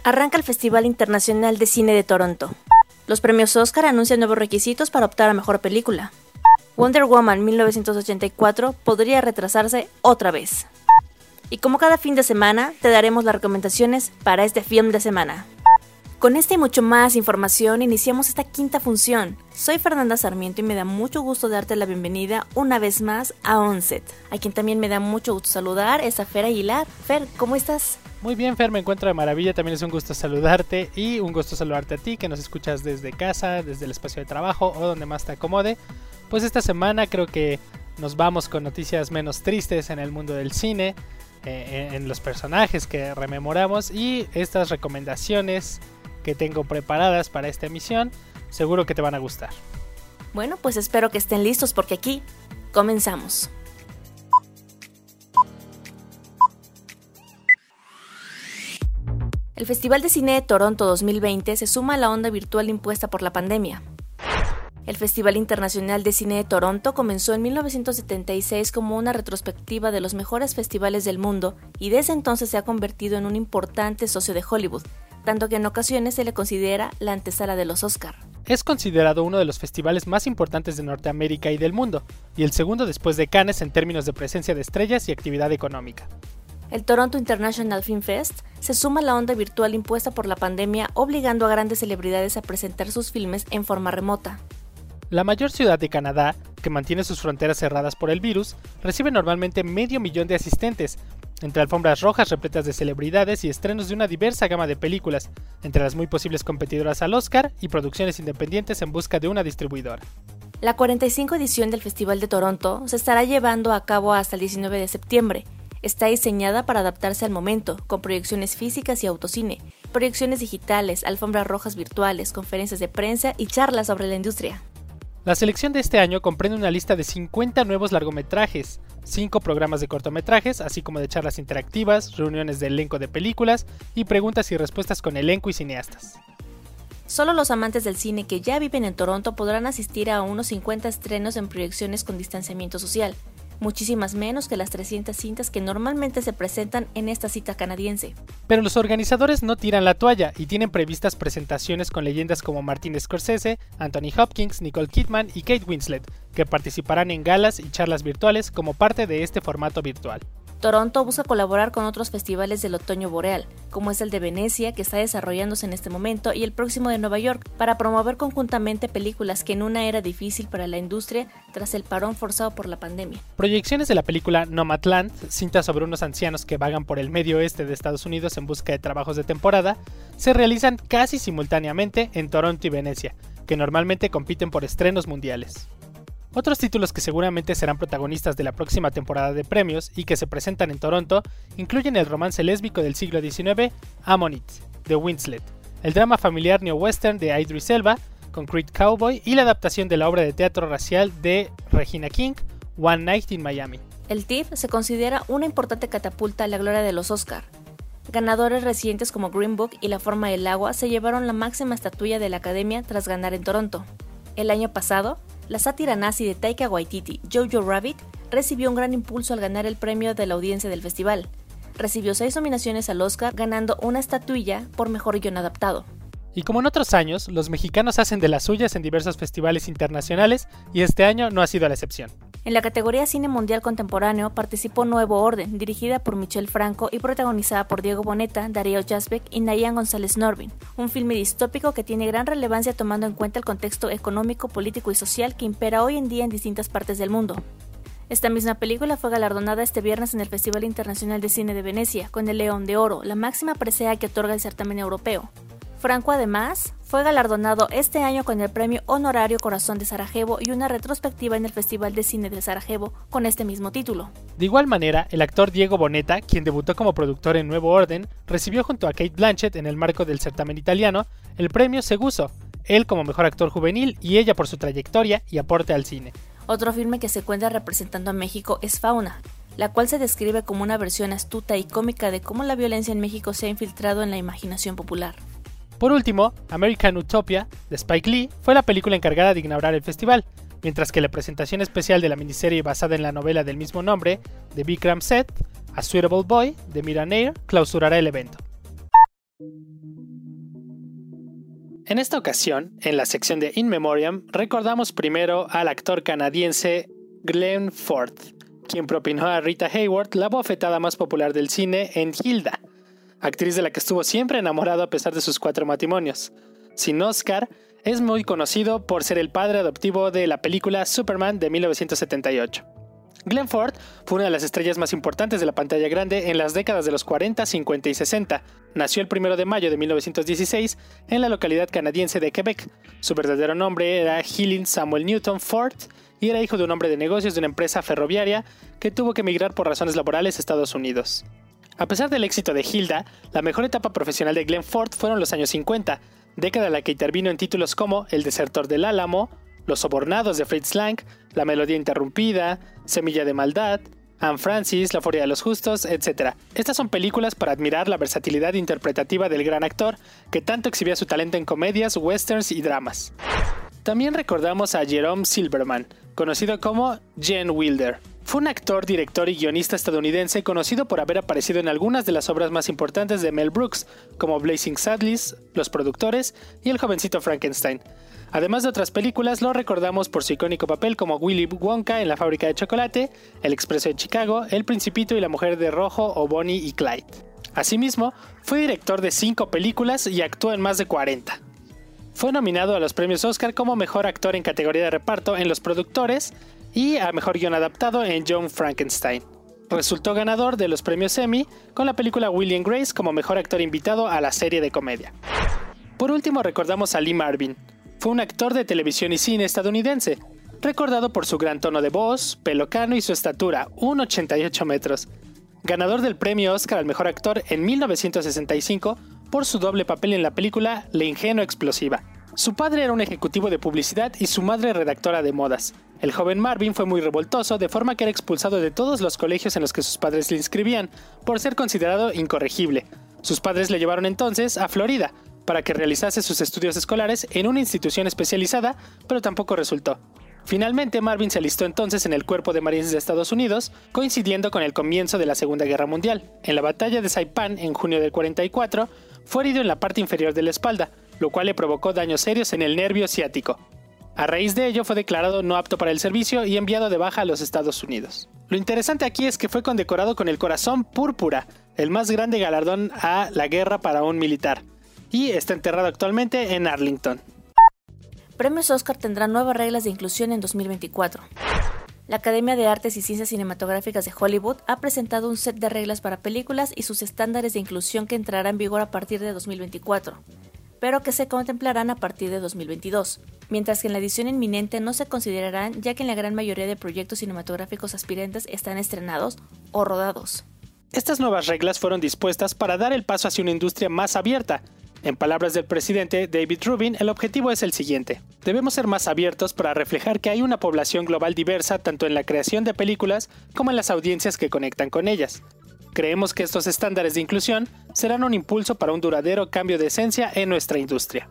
Arranca el Festival Internacional de Cine de Toronto. Los premios Oscar anuncian nuevos requisitos para optar a Mejor Película. Wonder Woman 1984 podría retrasarse otra vez. Y como cada fin de semana, te daremos las recomendaciones para este film de semana. Con esta y mucho más información iniciamos esta quinta función. Soy Fernanda Sarmiento y me da mucho gusto darte la bienvenida una vez más a Onset. A quien también me da mucho gusto saludar es a Fer Aguilar. Fer, ¿cómo estás? Muy bien, Fer, me encuentro de maravilla, también es un gusto saludarte y un gusto saludarte a ti que nos escuchas desde casa, desde el espacio de trabajo o donde más te acomode. Pues esta semana creo que nos vamos con noticias menos tristes en el mundo del cine, en los personajes que rememoramos y estas recomendaciones que tengo preparadas para esta emisión, seguro que te van a gustar. Bueno, pues espero que estén listos porque aquí comenzamos. El Festival de Cine de Toronto 2020 se suma a la onda virtual impuesta por la pandemia. El Festival Internacional de Cine de Toronto comenzó en 1976 como una retrospectiva de los mejores festivales del mundo y desde entonces se ha convertido en un importante socio de Hollywood, tanto que en ocasiones se le considera la antesala de los Oscar. Es considerado uno de los festivales más importantes de Norteamérica y del mundo, y el segundo después de Cannes en términos de presencia de estrellas y actividad económica. El Toronto International Film Fest se suma a la onda virtual impuesta por la pandemia, obligando a grandes celebridades a presentar sus filmes en forma remota. La mayor ciudad de Canadá, que mantiene sus fronteras cerradas por el virus, recibe normalmente 500,000 de asistentes, entre alfombras rojas repletas de celebridades y estrenos de una diversa gama de películas, entre las muy posibles competidoras al Oscar y producciones independientes en busca de una distribuidora. La 45 edición del Festival de Toronto se estará llevando a cabo hasta el 19 de septiembre. Está diseñada para adaptarse al momento, con proyecciones físicas y autocine, proyecciones digitales, alfombras rojas virtuales, conferencias de prensa y charlas sobre la industria. La selección de este año comprende una lista de 50 nuevos largometrajes, 5 programas de cortometrajes, así como de charlas interactivas, reuniones de elenco de películas y preguntas y respuestas con elenco y cineastas. Solo los amantes del cine que ya viven en Toronto podrán asistir a unos 50 estrenos en proyecciones con distanciamiento social, muchísimas menos que las 300 cintas que normalmente se presentan en esta cita canadiense. Pero los organizadores no tiran la toalla y tienen previstas presentaciones con leyendas como Martin Scorsese, Anthony Hopkins, Nicole Kidman y Kate Winslet, que participarán en galas y charlas virtuales como parte de este formato virtual. Toronto busca colaborar con otros festivales del otoño boreal, como es el de Venecia, que está desarrollándose en este momento, y el próximo de Nueva York, para promover conjuntamente películas que en una era difícil para la industria tras el parón forzado por la pandemia. Proyecciones de la película Nomadland, cinta sobre unos ancianos que vagan por el medio oeste de Estados Unidos en busca de trabajos de temporada, se realizan casi simultáneamente en Toronto y Venecia, que normalmente compiten por estrenos mundiales. Otros títulos que seguramente serán protagonistas de la próxima temporada de premios y que se presentan en Toronto incluyen el romance lésbico del siglo XIX, Ammonite, de Winslet, el drama familiar neo-western de Idris Elba, Concrete Cowboy y la adaptación de la obra de teatro racial de Regina King, One Night in Miami. El TIFF se considera una importante catapulta a la gloria de los Oscar. Ganadores recientes como Green Book y La forma del agua se llevaron la máxima estatuilla de la Academia tras ganar en Toronto. El año pasado, la sátira nazi de Taika Waititi, Jojo Rabbit, recibió un gran impulso al ganar el premio de la audiencia del festival. Recibió 6 nominaciones al Oscar, ganando una estatuilla por mejor guion adaptado. Y como en otros años, los mexicanos hacen de las suyas en diversos festivales internacionales y este año no ha sido la excepción. En la categoría Cine Mundial Contemporáneo participó Nuevo Orden, dirigida por Michel Franco y protagonizada por Diego Boneta, Darío Yazbek y Nayan González Norvin, un filme distópico que tiene gran relevancia tomando en cuenta el contexto económico, político y social que impera hoy en día en distintas partes del mundo. Esta misma película fue galardonada este viernes en el Festival Internacional de Cine de Venecia, con el León de Oro, la máxima presea que otorga el certamen europeo. Franco además fue galardonado este año con el premio honorario Corazón de Sarajevo y una retrospectiva en el Festival de Cine de Sarajevo con este mismo título. De igual manera, el actor Diego Boneta, quien debutó como productor en Nuevo Orden, recibió junto a Kate Blanchett en el marco del certamen italiano el premio Seguso, él como mejor actor juvenil y ella por su trayectoria y aporte al cine. Otro filme que se encuentra representando a México es Fauna, la cual se describe como una versión astuta y cómica de cómo la violencia en México se ha infiltrado en la imaginación popular. Por último, American Utopia, de Spike Lee, fue la película encargada de inaugurar el festival, mientras que la presentación especial de la miniserie basada en la novela del mismo nombre, de Vikram Seth, A Suitable Boy, de Mira Nair, clausurará el evento. En esta ocasión, en la sección de In Memoriam, recordamos primero al actor canadiense Glenn Ford, quien propinó a Rita Hayworth la bofetada más popular del cine en Hilda, actriz de la que estuvo siempre enamorado a pesar de sus 4 matrimonios. Sin Oscar, es muy conocido por ser el padre adoptivo de la película Superman de 1978. Glenn Ford fue una de las estrellas más importantes de la pantalla grande en las décadas de los 40, 50 y 60. Nació el 1 de mayo de 1916 en la localidad canadiense de Quebec. Su verdadero nombre era Hillen Samuel Newton Ford y era hijo de un hombre de negocios de una empresa ferroviaria que tuvo que emigrar por razones laborales a Estados Unidos. A pesar del éxito de Hilda, la mejor etapa profesional de Glenn Ford fueron los años 50, década en la que intervino en títulos como El desertor del Álamo, Los sobornados de Fritz Lang, La melodía interrumpida, Semilla de maldad, Anne Francis, La furia de los justos, etc. Estas son películas para admirar la versatilidad interpretativa del gran actor, que tanto exhibía su talento en comedias, westerns y dramas. También recordamos a Jerome Silverman, conocido como Gene Wilder. Fue un actor, director y guionista estadounidense conocido por haber aparecido en algunas de las obras más importantes de Mel Brooks, como Blazing Saddles, Los productores y El jovencito Frankenstein. Además de otras películas, lo recordamos por su icónico papel como Willy Wonka en La fábrica de chocolate, El expreso de Chicago, El principito y la mujer de rojo o Bonnie y Clyde. Asimismo, fue director de 5 películas y actuó en más de 40. Fue nominado a los premios Oscar como mejor actor en categoría de reparto en Los productores y a mejor guion adaptado en Young Frankenstein. Resultó ganador de los premios Emmy con la película Will and Grace como mejor actor invitado a la serie de comedia. Por último, recordamos a Lee Marvin. Fue un actor de televisión y cine estadounidense, recordado por su gran tono de voz, pelo cano y su estatura, 1,88 metros. Ganador del premio Oscar al mejor actor en 1965 por su doble papel en la película La ingenua explosiva. Su padre era un ejecutivo de publicidad y su madre redactora de modas. El joven Marvin fue muy revoltoso, de forma que era expulsado de todos los colegios en los que sus padres le inscribían, por ser considerado incorregible. Sus padres le llevaron entonces a Florida, para que realizase sus estudios escolares en una institución especializada, pero tampoco resultó. Finalmente, Marvin se alistó entonces en el Cuerpo de Marines de Estados Unidos, coincidiendo con el comienzo de la Segunda Guerra Mundial. En la batalla de Saipan, en junio del 44, fue herido en la parte inferior de la espalda, lo cual le provocó daños serios en el nervio ciático. A raíz de ello, fue declarado no apto para el servicio y enviado de baja a los Estados Unidos. Lo interesante aquí es que fue condecorado con el Corazón Púrpura, el más grande galardón a la guerra para un militar, y está enterrado actualmente en Arlington. Premios Oscar tendrán nuevas reglas de inclusión en 2024. La Academia de Artes y Ciencias Cinematográficas de Hollywood ha presentado un set de reglas para películas y sus estándares de inclusión que entrarán en vigor a partir de 2024, pero que se contemplarán a partir de 2022, mientras que en la edición inminente no se considerarán, ya que en la gran mayoría de proyectos cinematográficos aspirantes están estrenados o rodados. Estas nuevas reglas fueron dispuestas para dar el paso hacia una industria más abierta. En palabras del presidente David Rubin, el objetivo es el siguiente: debemos ser más abiertos para reflejar que hay una población global diversa tanto en la creación de películas como en las audiencias que conectan con ellas. Creemos que estos estándares de inclusión serán un impulso para un duradero cambio de esencia en nuestra industria.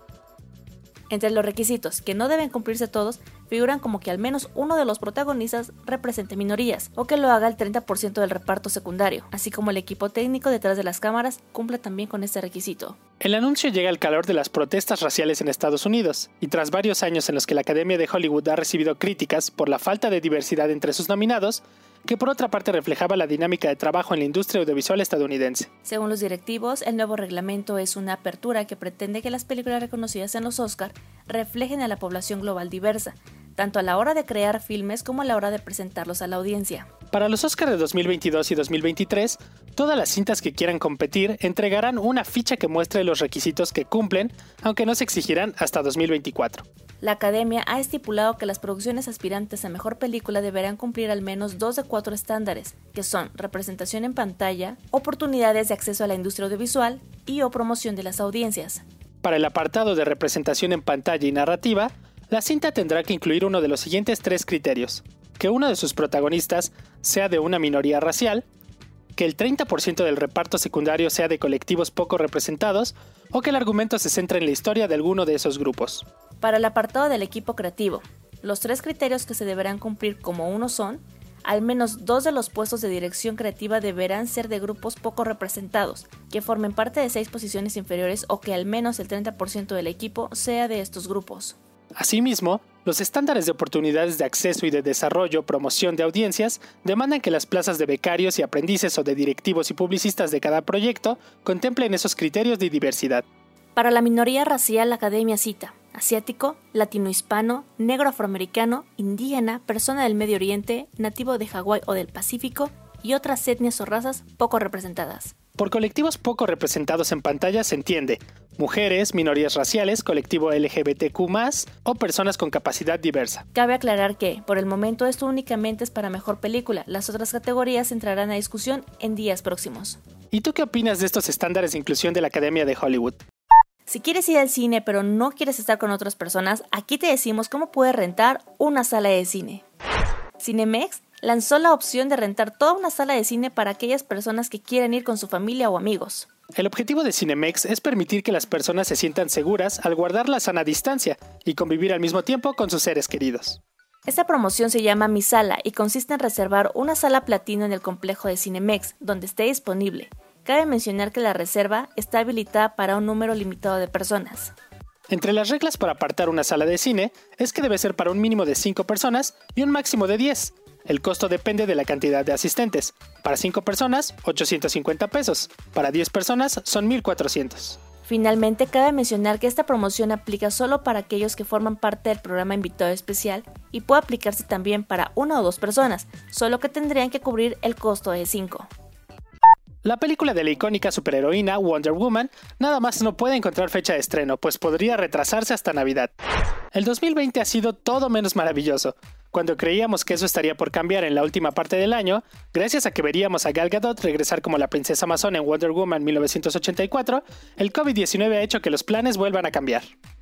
Entre los requisitos, que no deben cumplirse todos, figuran como que al menos uno de los protagonistas represente minorías, o que lo haga el 30% del reparto secundario, así como el equipo técnico detrás de las cámaras cumpla también con este requisito. El anuncio llega al calor de las protestas raciales en Estados Unidos, y tras varios años en los que la Academia de Hollywood ha recibido críticas por la falta de diversidad entre sus nominados, que por otra parte reflejaba la dinámica de trabajo en la industria audiovisual estadounidense. Según los directivos, el nuevo reglamento es una apertura que pretende que las películas reconocidas en los Oscar reflejen a la población global diversa, tanto a la hora de crear filmes como a la hora de presentarlos a la audiencia. Para los Oscar de 2022 y 2023, todas las cintas que quieran competir entregarán una ficha que muestre los requisitos que cumplen, aunque no se exigirán hasta 2024. La Academia ha estipulado que las producciones aspirantes a mejor película deberán cumplir al menos 2 de 4 estándares, que son representación en pantalla, oportunidades de acceso a la industria audiovisual y o promoción de las audiencias. Para el apartado de representación en pantalla y narrativa, la cinta tendrá que incluir uno de los siguientes 3 criterios: que uno de sus protagonistas sea de una minoría racial, que el 30% del reparto secundario sea de colectivos poco representados, o que el argumento se centre en la historia de alguno de esos grupos. Para el apartado del equipo creativo, los 3 criterios que se deberán cumplir como uno son: Al menos 2 de los puestos de dirección creativa deberán ser de grupos poco representados, que formen parte de 6 posiciones inferiores o que al menos el 30% del equipo sea de estos grupos. Asimismo, los estándares de oportunidades de acceso y de desarrollo, promoción de audiencias, demandan que las plazas de becarios y aprendices o de directivos y publicistas de cada proyecto contemplen esos criterios de diversidad. Para la minoría racial, la academia cita asiático, latino-hispano, negro afroamericano, indígena, persona del Medio Oriente, nativo de Hawái o del Pacífico y otras etnias o razas poco representadas. Por colectivos poco representados en pantalla se entiende mujeres, minorías raciales, colectivo LGBTQ+, o personas con capacidad diversa. Cabe aclarar que, por el momento, esto únicamente es para mejor película. Las otras categorías entrarán a discusión en días próximos. ¿Y tú qué opinas de estos estándares de inclusión de la Academia de Hollywood? Si quieres ir al cine pero no quieres estar con otras personas, aquí te decimos cómo puedes rentar una sala de cine. Cinemex lanzó la opción de rentar toda una sala de cine para aquellas personas que quieran ir con su familia o amigos. El objetivo de Cinemex es permitir que las personas se sientan seguras al guardar la sana distancia y convivir al mismo tiempo con sus seres queridos. Esta promoción se llama Mi Sala y consiste en reservar una sala platino en el complejo de Cinemex, donde esté disponible. Cabe mencionar que la reserva está habilitada para un número limitado de personas. Entre las reglas para apartar una sala de cine es que debe ser para un mínimo de 5 personas y un máximo de 10. El costo depende de la cantidad de asistentes. Para 5 personas, 850 pesos. Para 10 personas, son 1,400. Finalmente, cabe mencionar que esta promoción aplica solo para aquellos que forman parte del programa invitado especial y puede aplicarse también para 1 o 2 personas, solo que tendrían que cubrir el costo de 5. La película de la icónica superheroína Wonder Woman nada más no puede encontrar fecha de estreno, pues podría retrasarse hasta Navidad. El 2020 ha sido todo menos maravilloso. Cuando creíamos que eso estaría por cambiar en la última parte del año, gracias a que veríamos a Gal Gadot regresar como la princesa amazona en Wonder Woman 1984, el COVID-19 ha hecho que los planes vuelvan a cambiar.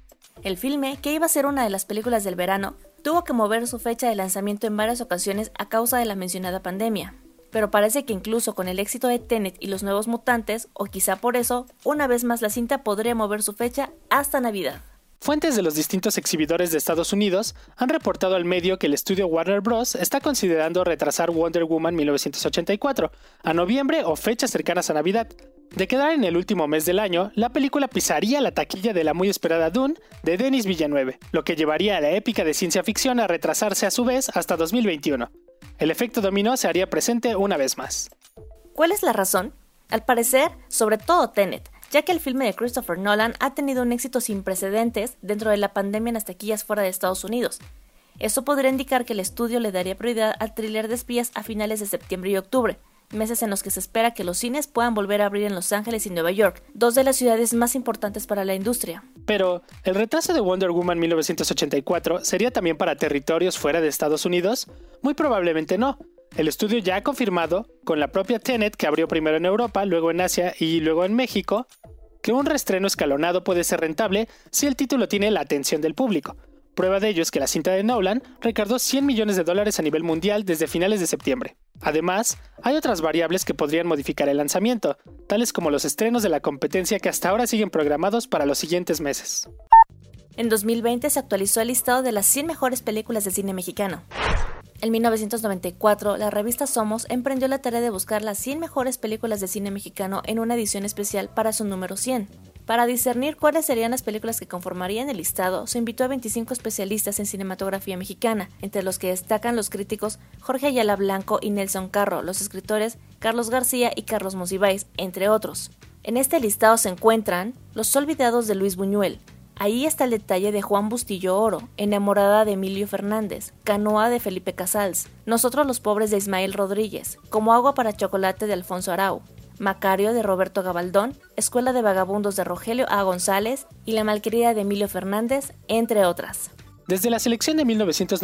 El filme, que iba a ser una de las películas del verano, tuvo que mover su fecha de lanzamiento en varias ocasiones a causa de la mencionada pandemia. Pero parece que incluso con el éxito de Tenet y los nuevos mutantes, o quizá por eso, una vez más la cinta podría mover su fecha hasta Navidad. Fuentes de los distintos exhibidores de Estados Unidos han reportado al medio que el estudio Warner Bros. Está considerando retrasar Wonder Woman 1984 a noviembre o fechas cercanas a Navidad. De quedar en el último mes del año, la película pisaría la taquilla de la muy esperada Dune de Denis Villeneuve, lo que llevaría a la épica de ciencia ficción a retrasarse a su vez hasta 2021. El efecto dominó se haría presente una vez más. ¿Cuál es la razón? Al parecer, sobre todo Tenet, ya que el filme de Christopher Nolan ha tenido un éxito sin precedentes dentro de la pandemia en las taquillas fuera de Estados Unidos. Eso podría indicar que el estudio le daría prioridad al thriller de espías a finales de septiembre y octubre, meses en los que se espera que los cines puedan volver a abrir en Los Ángeles y Nueva York, 2 de las ciudades más importantes para la industria. Pero, ¿el retraso de Wonder Woman 1984 sería también para territorios fuera de Estados Unidos? Muy probablemente no. El estudio ya ha confirmado, con la propia Tenet, que abrió primero en Europa, luego en Asia y luego en México, que un reestreno escalonado puede ser rentable si el título tiene la atención del público. Prueba de ello es que la cinta de Nolan recaudó $100 millones a nivel mundial desde finales de septiembre. Además, hay otras variables que podrían modificar el lanzamiento, tales como los estrenos de la competencia que hasta ahora siguen programados para los siguientes meses. En 2020 se actualizó el listado de las 100 mejores películas de cine mexicano. En 1994, la revista Somos emprendió la tarea de buscar las 100 mejores películas de cine mexicano en una edición especial para su número 100. Para discernir cuáles serían las películas que conformarían el listado, se invitó a 25 especialistas en cinematografía mexicana, entre los que destacan los críticos Jorge Ayala Blanco y Nelson Carro, los escritores Carlos García y Carlos Monsiváis, entre otros. En este listado se encuentran Los olvidados de Luis Buñuel. Ahí está el detalle de Juan Bustillo Oro, Enamorada de Emilio Fernández, Canoa de Felipe Casals, Nosotros los pobres de Ismael Rodríguez, Como agua para chocolate de Alfonso Arau, Macario de Roberto Gabaldón, Escuela de vagabundos de Rogelio A. González y La malquerida de Emilio Fernández, entre otras. Desde la selección de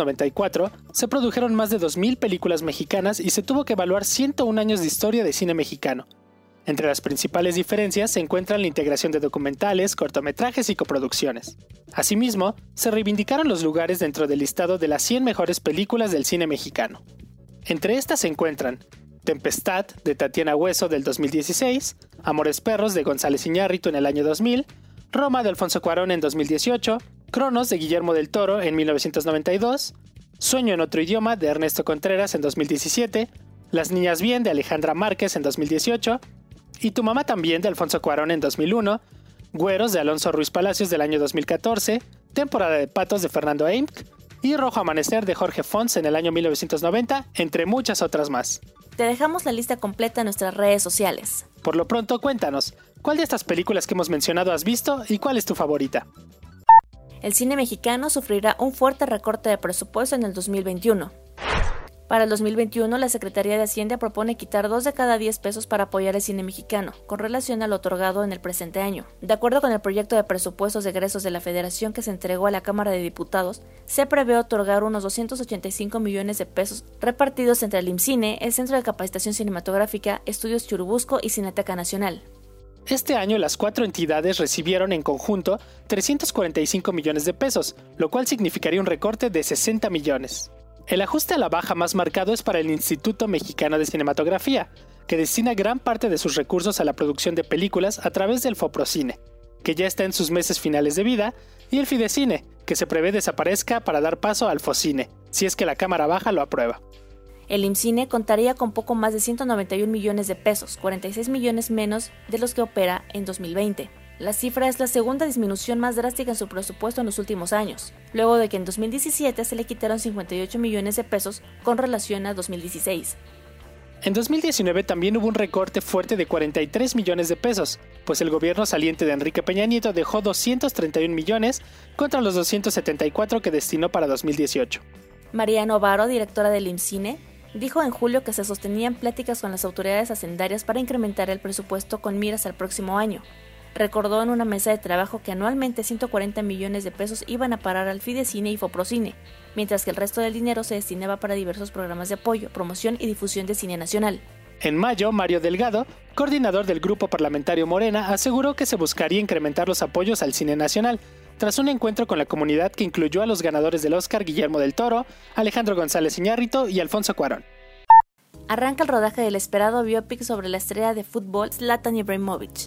1994, se produjeron más de 2.000 películas mexicanas y se tuvo que evaluar 101 años de historia de cine mexicano. Entre las principales diferencias se encuentran la integración de documentales, cortometrajes y coproducciones. Asimismo, se reivindicaron los lugares dentro del listado de las 100 mejores películas del cine mexicano. Entre estas se encuentran Tempestad, de Tatiana Hueso, del 2016, Amores Perros, de González Iñárritu, en el año 2000, Roma, de Alfonso Cuarón, en 2018, Cronos, de Guillermo del Toro, en 1992, Sueño en otro idioma de Ernesto Contreras en 2017, Las niñas bien de Alejandra Márquez en 2018, Y tu mamá también de Alfonso Cuarón en 2001, Güeros de Alonso Ruiz Palacios del año 2014, Temporada de patos de Fernando Eimk y Rojo Amanecer de Jorge Fons en el año 1990, entre muchas otras más. Te dejamos la lista completa en nuestras redes sociales. Por lo pronto, cuéntanos, ¿cuál de estas películas que hemos mencionado has visto y cuál es tu favorita? El cine mexicano sufrirá un fuerte recorte de presupuesto en el 2021. Para el 2021, la Secretaría de Hacienda propone quitar 2 de cada 10 pesos para apoyar el cine mexicano, con relación a lo otorgado en el presente año. De acuerdo con el proyecto de presupuestos de egresos de la Federación que se entregó a la Cámara de Diputados, se prevé otorgar unos 285 millones de pesos repartidos entre el IMCINE, el Centro de Capacitación Cinematográfica, Estudios Churubusco y Cineteca Nacional. Este año las 4 entidades recibieron en conjunto 345 millones de pesos, lo cual significaría un recorte de 60 millones. El ajuste a la baja más marcado es para el Instituto Mexicano de Cinematografía, que destina gran parte de sus recursos a la producción de películas a través del Foprocine, que ya está en sus meses finales de vida, y el Fidecine, que se prevé desaparezca para dar paso al Focine, si es que la Cámara Baja lo aprueba. El IMCINE contaría con poco más de 191 millones de pesos, 46 millones menos de los que opera en 2020. La cifra es la segunda disminución más drástica en su presupuesto en los últimos años, luego de que en 2017 se le quitaron 58 millones de pesos con relación a 2016. En 2019 también hubo un recorte fuerte de 43 millones de pesos, pues el gobierno saliente de Enrique Peña Nieto dejó 231 millones contra los 274 que destinó para 2018. María Novaro, directora del IMCINE, dijo en julio que se sostenían pláticas con las autoridades hacendarias para incrementar el presupuesto con miras al próximo año. Recordó en una mesa de trabajo que anualmente 140 millones de pesos iban a parar al Fidecine y Foprocine, mientras que el resto del dinero se destinaba para diversos programas de apoyo, promoción y difusión de cine nacional. En mayo, Mario Delgado, coordinador del grupo parlamentario Morena, aseguró que se buscaría incrementar los apoyos al cine nacional, tras un encuentro con la comunidad que incluyó a los ganadores del Oscar Guillermo del Toro, Alejandro González Iñárritu y Alfonso Cuarón. Arranca el rodaje del esperado biopic sobre la estrella de fútbol Zlatan Ibrahimović.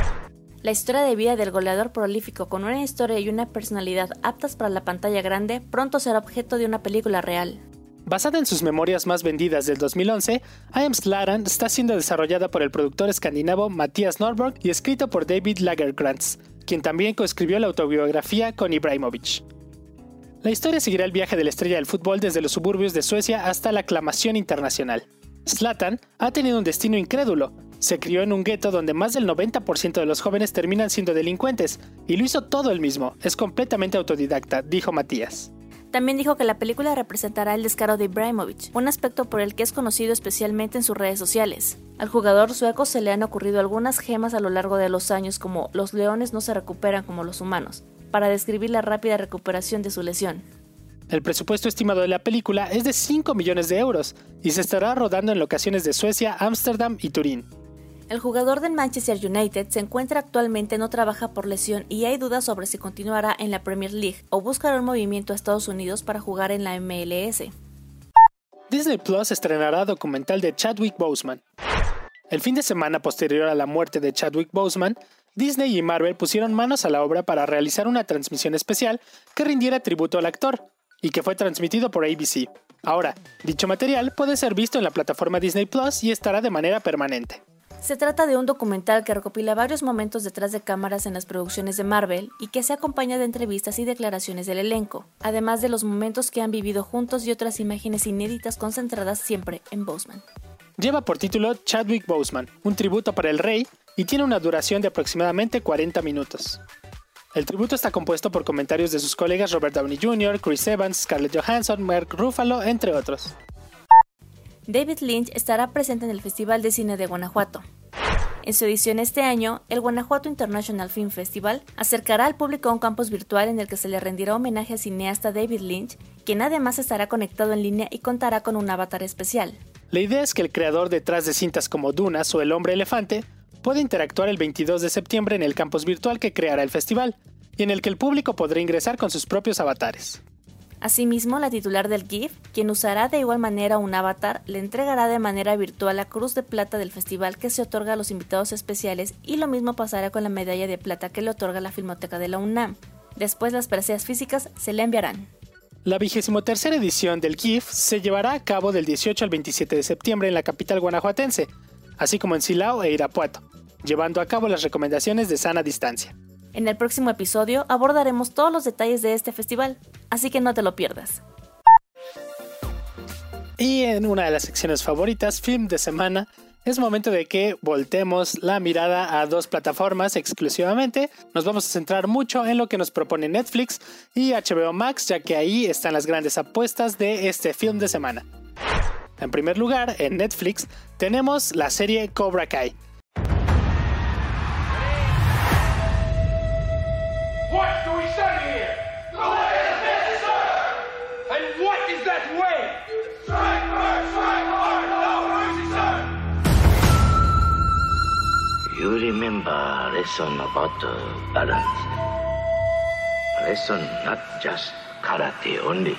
La historia de vida del goleador prolífico con una historia y una personalidad aptas para la pantalla grande pronto será objeto de una película real. Basada en sus memorias más vendidas del 2011, I Am Zlatan está siendo desarrollada por el productor escandinavo Mathias Norberg y escrito por David Lagercrantz, quien también coescribió la autobiografía con Ibrahimović. La historia seguirá el viaje de la estrella del fútbol desde los suburbios de Suecia hasta la aclamación internacional. Zlatan ha tenido un destino incrédulo. Se crió en un gueto donde más del 90% de los jóvenes terminan siendo delincuentes, y lo hizo todo él mismo, es completamente autodidacta, dijo Matías. También dijo que la película representará el descaro de Ibrahimović, un aspecto por el que es conocido especialmente en sus redes sociales. Al jugador sueco se le han ocurrido algunas gemas a lo largo de los años, como "los leones no se recuperan como los humanos", para describir la rápida recuperación de su lesión. El presupuesto estimado de la película es de 5 millones de euros y se estará rodando en locaciones de Suecia, Ámsterdam y Turín. El jugador del Manchester United se encuentra actualmente no trabaja por lesión y hay dudas sobre si continuará en la Premier League o buscará un movimiento a Estados Unidos para jugar en la MLS. Disney Plus estrenará documental de Chadwick Boseman. El fin de semana posterior a la muerte de Chadwick Boseman, Disney y Marvel pusieron manos a la obra para realizar una transmisión especial que rindiera tributo al actor, y que fue transmitido por ABC. Ahora, dicho material puede ser visto en la plataforma Disney Plus y estará de manera permanente. Se trata de un documental que recopila varios momentos detrás de cámaras en las producciones de Marvel y que se acompaña de entrevistas y declaraciones del elenco, además de los momentos que han vivido juntos y otras imágenes inéditas concentradas siempre en Boseman. Lleva por título Chadwick Boseman, un tributo para el rey, y tiene una duración de aproximadamente 40 minutos. El tributo está compuesto por comentarios de sus colegas Robert Downey Jr., Chris Evans, Scarlett Johansson, Mark Ruffalo, entre otros. David Lynch estará presente en el Festival de Cine de Guanajuato. En su edición este año, el Guanajuato International Film Festival acercará al público a un campus virtual en el que se le rendirá homenaje al cineasta David Lynch, quien además estará conectado en línea y contará con un avatar especial. La idea es que el creador detrás de cintas como Dunas o El Hombre Elefante puede interactuar el 22 de septiembre en el campus virtual que creará el festival, y en el que el público podrá ingresar con sus propios avatares. Asimismo, la titular del GIF, quien usará de igual manera un avatar, le entregará de manera virtual la Cruz de Plata del festival que se otorga a los invitados especiales, y lo mismo pasará con la medalla de plata que le otorga la Filmoteca de la UNAM. Después las preseas físicas se le enviarán. La 23ª edición del GIF se llevará a cabo del 18 al 27 de septiembre en la capital guanajuatense, así como en Silao e Irapuato, llevando a cabo las recomendaciones de sana distancia. En el próximo episodio abordaremos todos los detalles de este festival, así que no te lo pierdas. Y en una de las secciones favoritas, Film de Semana, es momento de que voltemos la mirada a dos plataformas exclusivamente. Nos vamos a centrar mucho en lo que nos propone Netflix y HBO Max, ya que ahí están las grandes apuestas de este Film de Semana. En primer lugar, en Netflix, tenemos la serie Cobra Kai. What do we study here? The way is business, sir! And what is that way? Strike first, strike hard, no mercy, sir! You remember a lesson about balance. A lesson not just karate only.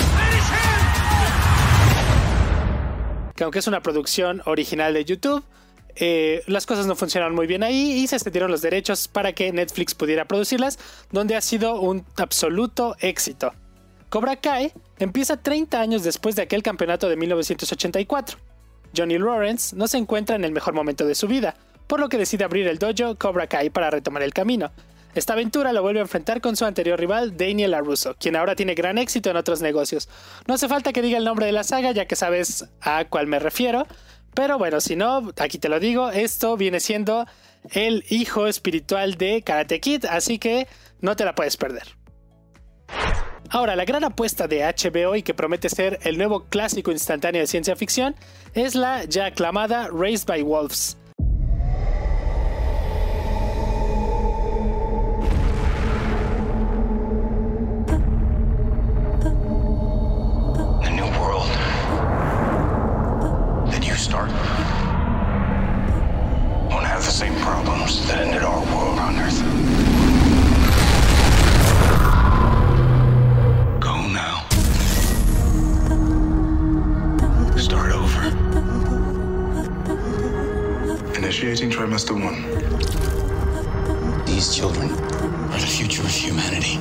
Que aunque es una producción original de YouTube, las cosas no funcionaron muy bien ahí y se cedieron los derechos para que Netflix pudiera producirlas, donde ha sido un absoluto éxito. Cobra Kai empieza 30 años después de aquel campeonato de 1984. Johnny Lawrence no se encuentra en el mejor momento de su vida, por lo que decide abrir el dojo Cobra Kai para retomar el camino. Esta aventura lo vuelve a enfrentar con su anterior rival Daniel LaRusso, quien ahora tiene gran éxito en otros negocios. No hace falta que diga el nombre de la saga, ya que sabes a cuál me refiero. Pero bueno, si no, aquí te lo digo, esto viene siendo el hijo espiritual de Karate Kid, así que no te la puedes perder. Ahora, la gran apuesta de HBO y que promete ser el nuevo clásico instantáneo de ciencia ficción es la ya aclamada Raised by Wolves. Won't have the same problems that ended our world on Earth. Go now. Start over. Initiating trimester 1. These children are the future of humanity.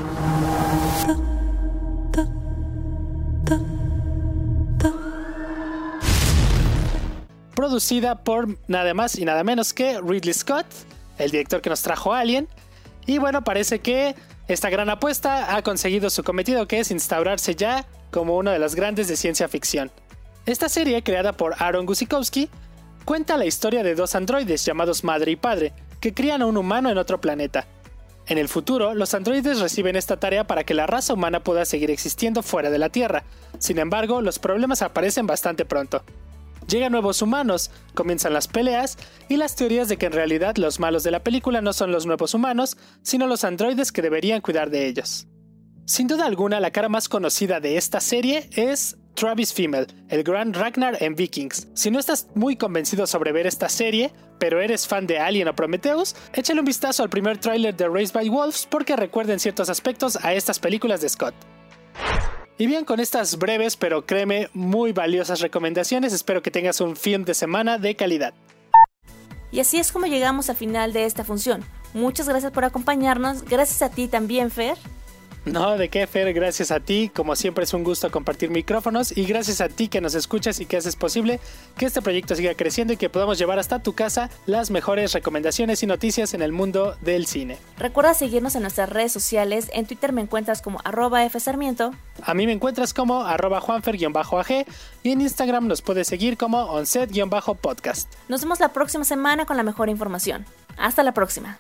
Producida por nada más y nada menos que Ridley Scott, el director que nos trajo Alien. Y bueno, parece que esta gran apuesta ha conseguido su cometido, que es instaurarse ya como uno de los grandes de ciencia ficción. Esta serie, creada por Aaron Guzikowski, cuenta la historia de dos androides llamados Madre y Padre, que crían a un humano en otro planeta. En el futuro, los androides reciben esta tarea para que la raza humana pueda seguir existiendo fuera de la Tierra. Sin embargo, los problemas aparecen bastante pronto. Llegan nuevos humanos, comienzan las peleas y las teorías de que en realidad los malos de la película no son los nuevos humanos, sino los androides que deberían cuidar de ellos. Sin duda alguna, la cara más conocida de esta serie es Travis Fimmel, el gran Ragnar en Vikings. Si no estás muy convencido sobre ver esta serie, pero eres fan de Alien o Prometheus, échale un vistazo al primer tráiler de Raised by Wolves porque recuerda en ciertos aspectos a estas películas de Scott. Y bien, con estas breves, pero créeme, muy valiosas recomendaciones, espero que tengas un film de semana de calidad. Y así es como llegamos al final de esta función. Muchas gracias por acompañarnos, gracias a ti también, Fer. No, de qué, Fer, gracias a ti, como siempre es un gusto compartir micrófonos y gracias a ti que nos escuchas y que haces posible que este proyecto siga creciendo y que podamos llevar hasta tu casa las mejores recomendaciones y noticias en el mundo del cine. Recuerda seguirnos en nuestras redes sociales, en Twitter me encuentras como @fsarmiento. A mí me encuentras como @juanfer_ag y en Instagram nos puedes seguir como onset_podcast. Nos vemos la próxima semana con la mejor información. Hasta la próxima.